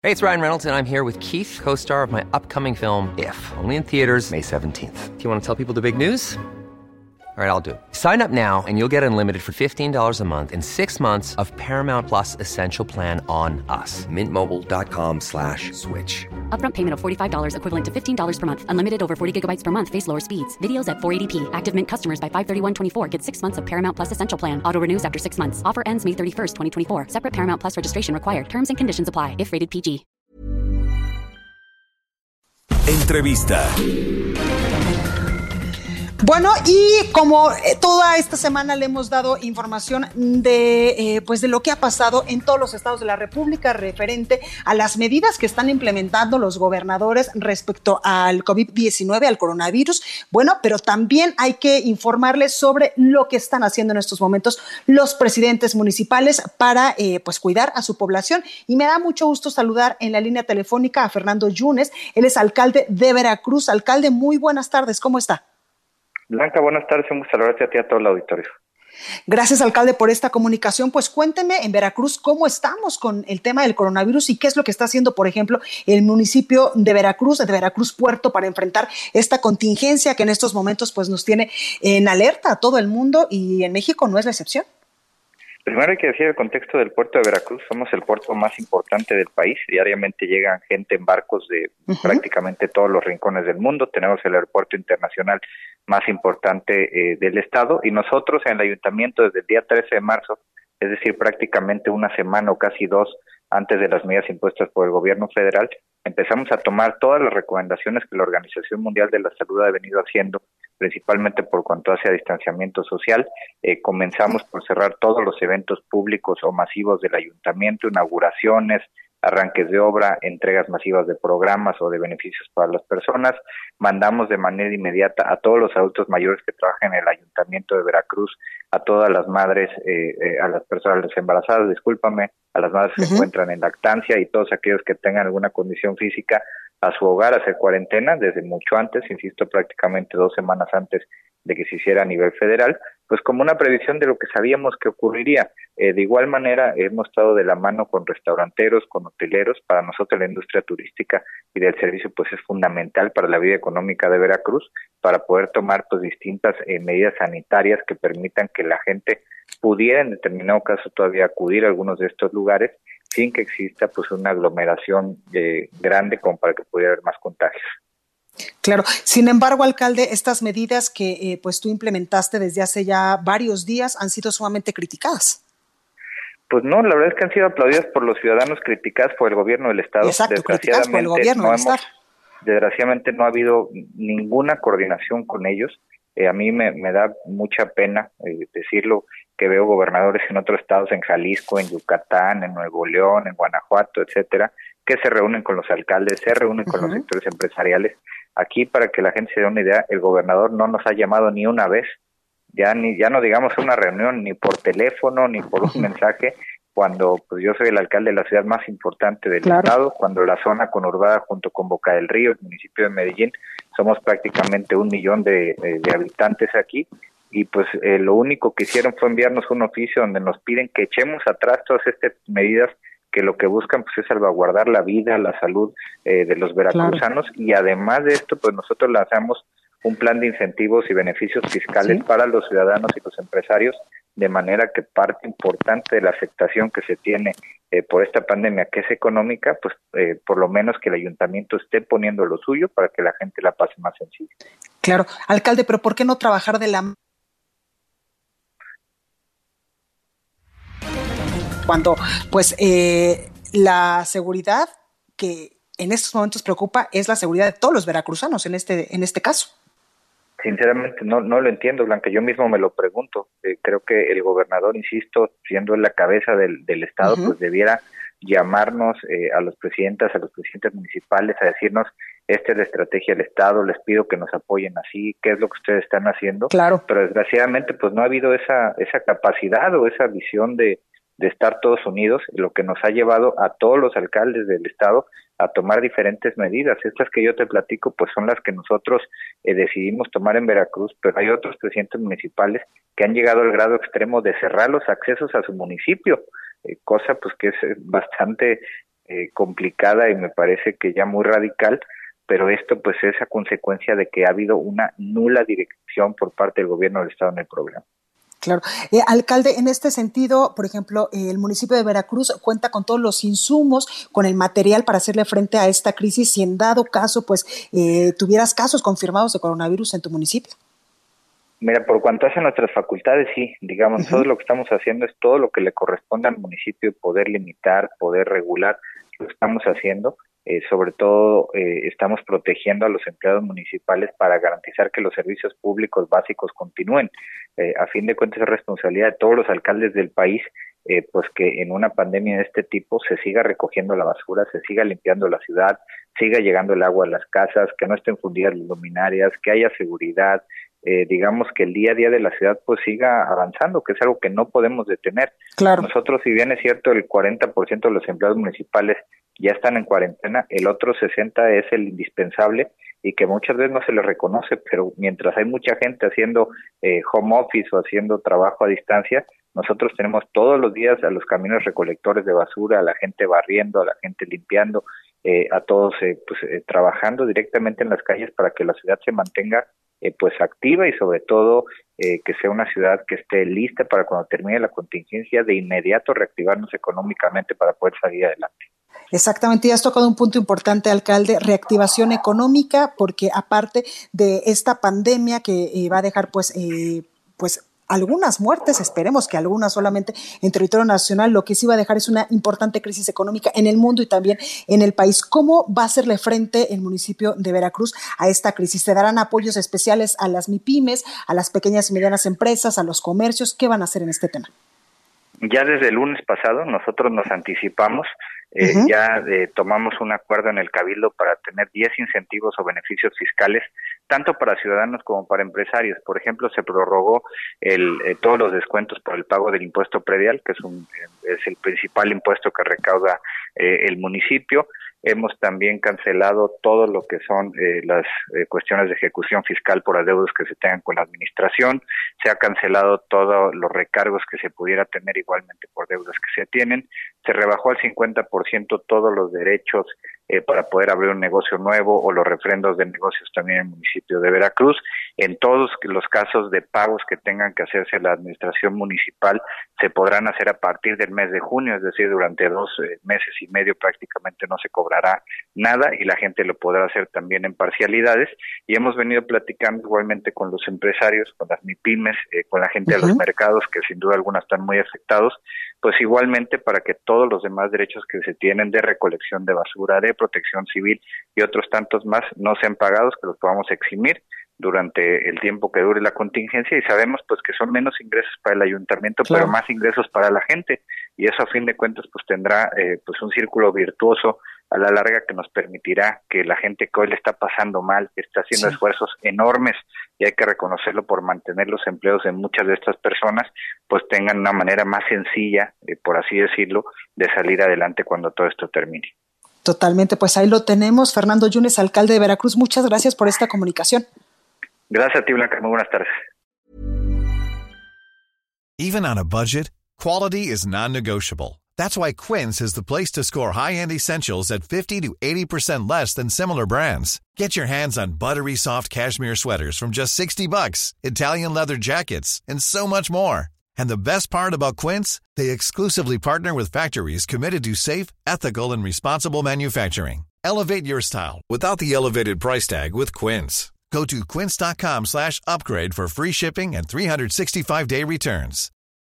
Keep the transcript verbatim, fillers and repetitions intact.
Hey, it's Ryan Reynolds, and I'm here with Keith, co-star of my upcoming film, If, only in theaters May seventeenth. Do you want to tell people the big news? All right, I'll do it. Sign up now and you'll get unlimited for fifteen dollars a month and six months of Paramount Plus Essential Plan on us. Mint Mobile dot com slash switch. Upfront payment of forty-five dollars equivalent to fifteen dollars per month. Unlimited over forty gigabytes per month. Face lower speeds. Videos at four eighty p. Active Mint customers by five thirty-one twenty-four get six months of Paramount Plus Essential Plan. Auto renews after six months. Offer ends May thirty-first, twenty twenty-four. Separate Paramount Plus registration required. Terms and conditions apply if rated P G. Entrevista. Bueno, y como toda esta semana le hemos dado información de, eh, pues de lo que ha pasado en todos los estados de la República referente a las medidas que están implementando los gobernadores respecto al COVID diecinueve, al coronavirus. Bueno, pero también hay que informarles sobre lo que están haciendo en estos momentos los presidentes municipales para eh, pues cuidar a su población. Y me da mucho gusto saludar en la línea telefónica a Fernando Yunes. Él es alcalde de Veracruz. Alcalde, muy buenas tardes. ¿Cómo está? Blanca, buenas tardes, un gusto saludarte a ti y a todo el auditorio. Gracias, alcalde, por esta comunicación. Pues cuénteme en Veracruz cómo estamos con el tema del coronavirus y qué es lo que está haciendo, por ejemplo, el municipio de Veracruz, de Veracruz Puerto, para enfrentar esta contingencia que en estos momentos pues nos tiene en alerta a todo el mundo y en México no es la excepción. Primero hay que decir el contexto del puerto de Veracruz. Somos el puerto más importante del país. Diariamente llegan gente en barcos de uh-huh. prácticamente todos los rincones del mundo. Tenemos el aeropuerto internacional más importante eh, del estado y nosotros en el ayuntamiento desde el día trece de marzo, es decir, prácticamente una semana o casi dos antes de las medidas impuestas por el gobierno federal, empezamos a tomar todas las recomendaciones que la Organización Mundial de la Salud ha venido haciendo, principalmente por cuanto hace a distanciamiento social. Eh, comenzamos por cerrar todos los eventos públicos o masivos del ayuntamiento, inauguraciones, arranques de obra, entregas masivas de programas o de beneficios para las personas. Mandamos de manera inmediata a todos los adultos mayores que trabajan en el ayuntamiento de Veracruz, a todas las madres, eh, eh, a las personas, a las embarazadas, discúlpame, a las madres que uh-huh. se encuentran en lactancia y todos aquellos que tengan alguna condición física a su hogar a hacer cuarentena desde mucho antes, insisto, prácticamente dos semanas antes de que se hiciera a nivel federal, pues como una previsión de lo que sabíamos que ocurriría. Eh, de igual manera, hemos estado de la mano con restauranteros, con hoteleros. Para nosotros la industria turística y del servicio pues es fundamental para la vida económica de Veracruz, para poder tomar pues distintas eh, medidas sanitarias que permitan que la gente pudiera en determinado caso todavía acudir a algunos de estos lugares sin que exista pues una aglomeración eh, grande como para que pudiera haber más contagios. Claro. Sin embargo, alcalde, estas medidas que eh, pues tú implementaste desde hace ya varios días han sido sumamente criticadas. Pues no, la verdad es que han sido aplaudidas por los ciudadanos, criticadas por el gobierno del estado. Exacto, criticadas por el gobierno no del hemos, estado. Desgraciadamente no ha habido ninguna coordinación con ellos. Eh, a mí me, me da mucha pena eh, decirlo, que veo gobernadores en otros estados, en Jalisco, en Yucatán, en Nuevo León, en Guanajuato, etcétera, que se reúnen con los alcaldes, se reúnen con uh-huh. los sectores empresariales. Aquí, para que la gente se dé una idea, el gobernador no nos ha llamado ni una vez, ya ni ya no digamos una reunión, ni por teléfono, ni por un mensaje, cuando pues yo soy el alcalde de la ciudad más importante del claro. estado, cuando la zona conurbada junto con Boca del Río, el municipio de Medellín, somos prácticamente un millón de, de, de habitantes aquí, y pues eh, lo único que hicieron fue enviarnos un oficio donde nos piden que echemos atrás todas estas medidas que lo que buscan pues es salvaguardar la vida, la salud eh, de los veracruzanos, claro. y además de esto pues nosotros lanzamos un plan de incentivos y beneficios fiscales ¿Sí? para los ciudadanos y los empresarios, de manera que parte importante de la afectación que se tiene eh, por esta pandemia, que es económica, pues eh, por lo menos que el ayuntamiento esté poniendo lo suyo para que la gente la pase más sencillo. Claro, alcalde, pero ¿por qué no trabajar de la cuando pues eh, la seguridad que en estos momentos preocupa es la seguridad de todos los veracruzanos en este en este caso? Sinceramente no no lo entiendo, Blanca, yo mismo me lo pregunto. Eh, creo que el gobernador, insisto, siendo la cabeza del, del estado, uh-huh. pues debiera llamarnos eh, a los presidentes, a los presidentes municipales, a decirnos, esta es la estrategia del estado, les pido que nos apoyen así, qué es lo que ustedes están haciendo. Claro. Pero desgraciadamente pues no ha habido esa esa capacidad o esa visión de de estar todos unidos, lo que nos ha llevado a todos los alcaldes del estado a tomar diferentes medidas. Estas que yo te platico, pues son las que nosotros eh, decidimos tomar en Veracruz, pero hay otros presidentes municipales que han llegado al grado extremo de cerrar los accesos a su municipio, eh, cosa pues que es bastante eh, complicada y me parece que ya muy radical, pero esto pues es a consecuencia de que ha habido una nula dirección por parte del gobierno del Estado en el programa. Claro. Eh, alcalde, en este sentido, por ejemplo, eh, el municipio de Veracruz cuenta con todos los insumos, con el material para hacerle frente a esta crisis, si en dado caso, pues, eh, tuvieras casos confirmados de coronavirus en tu municipio. Mira, por cuanto hace nuestras facultades, sí, digamos, uh-huh. todo lo que estamos haciendo es todo lo que le corresponde al municipio, poder limitar, poder regular, lo estamos haciendo. Eh, sobre todo eh, estamos protegiendo a los empleados municipales para garantizar que los servicios públicos básicos continúen. Eh, a fin de cuentas es responsabilidad de todos los alcaldes del país, eh, pues que en una pandemia de este tipo se siga recogiendo la basura, se siga limpiando la ciudad, siga llegando el agua a las casas, que no estén fundidas las luminarias, que haya seguridad, eh, digamos que el día a día de la ciudad pues siga avanzando, que es algo que no podemos detener. Claro. Nosotros, si bien es cierto, el cuarenta por ciento de los empleados municipales ya están en cuarentena, el otro sesenta por ciento es el indispensable y que muchas veces no se le reconoce, pero mientras hay mucha gente haciendo eh, home office o haciendo trabajo a distancia, nosotros tenemos todos los días a los camiones recolectores de basura, a la gente barriendo, a la gente limpiando, eh, a todos eh, pues eh, trabajando directamente en las calles para que la ciudad se mantenga eh, pues activa y sobre todo eh, que sea una ciudad que esté lista para cuando termine la contingencia de inmediato reactivarnos económicamente para poder salir adelante. Exactamente, ya has tocado un punto importante, alcalde, reactivación económica, porque aparte de esta pandemia que eh, va a dejar pues eh, pues algunas muertes, esperemos que algunas solamente en territorio nacional, lo que sí va a dejar es una importante crisis económica en el mundo y también en el país. ¿Cómo va a hacerle frente el municipio de Veracruz a esta crisis? ¿Se darán apoyos especiales a las MIPYMES, a las pequeñas y medianas empresas, a los comercios? ¿Qué van a hacer en este tema? Ya desde el lunes pasado nosotros nos anticipamos, eh, uh-huh. ya eh, tomamos un acuerdo en el Cabildo para tener diez incentivos o beneficios fiscales, tanto para ciudadanos como para empresarios. Por ejemplo, se prorrogó el, eh, todos los descuentos por el pago del impuesto predial, que es, un, eh, es el principal impuesto que recauda eh, el municipio. Hemos también cancelado todo lo que son eh, las eh, cuestiones de ejecución fiscal por adeudos que se tengan con la administración. Se ha cancelado todos los recargos que se pudiera tener igualmente por deudas que se tienen. Se rebajó al cincuenta por ciento todos los derechos eh, para poder abrir un negocio nuevo o los refrendos de negocios también en el municipio de Veracruz. En todos los casos de pagos que tengan que hacerse la administración municipal se podrán hacer a partir del mes de junio, es decir, durante dos eh, meses y medio prácticamente no se cobrará nada y la gente lo podrá hacer también en parcialidades. Y hemos venido platicando igualmente con los empresarios, con las MIPYMES, eh, con la gente uh-huh. de los mercados, que sin duda alguna están muy afectados, pues igualmente para que todos los demás derechos que se tienen de recolección de basura, de protección civil y otros tantos más no sean pagados, que los podamos eximir durante el tiempo que dure la contingencia. Y sabemos pues que son menos ingresos para el ayuntamiento, claro. pero más ingresos para la gente, y eso a fin de cuentas pues tendrá eh, pues un círculo virtuoso a la larga que nos permitirá que la gente que hoy le está pasando mal, que está haciendo sí. esfuerzos enormes, y hay que reconocerlo por mantener los empleos de muchas de estas personas, pues tengan una manera más sencilla, eh, por así decirlo, de salir adelante cuando todo esto termine. Totalmente, pues ahí lo tenemos. Fernando Yunes, alcalde de Veracruz, muchas gracias por esta comunicación. Gracias a ti, Blanca. Muy buenas tardes. Even on a budget, quality is non-negotiable. That's why Quince is the place to score high-end essentials at fifty to eighty percent less than similar brands. Get your hands on buttery soft cashmere sweaters from just sixty bucks, Italian leather jackets, and so much more. And the best part about Quince, they exclusively partner with factories committed to safe, ethical, and responsible manufacturing. Elevate your style without the elevated price tag with Quince. Go to quince.com slash upgrade for free shipping and three sixty-five day returns.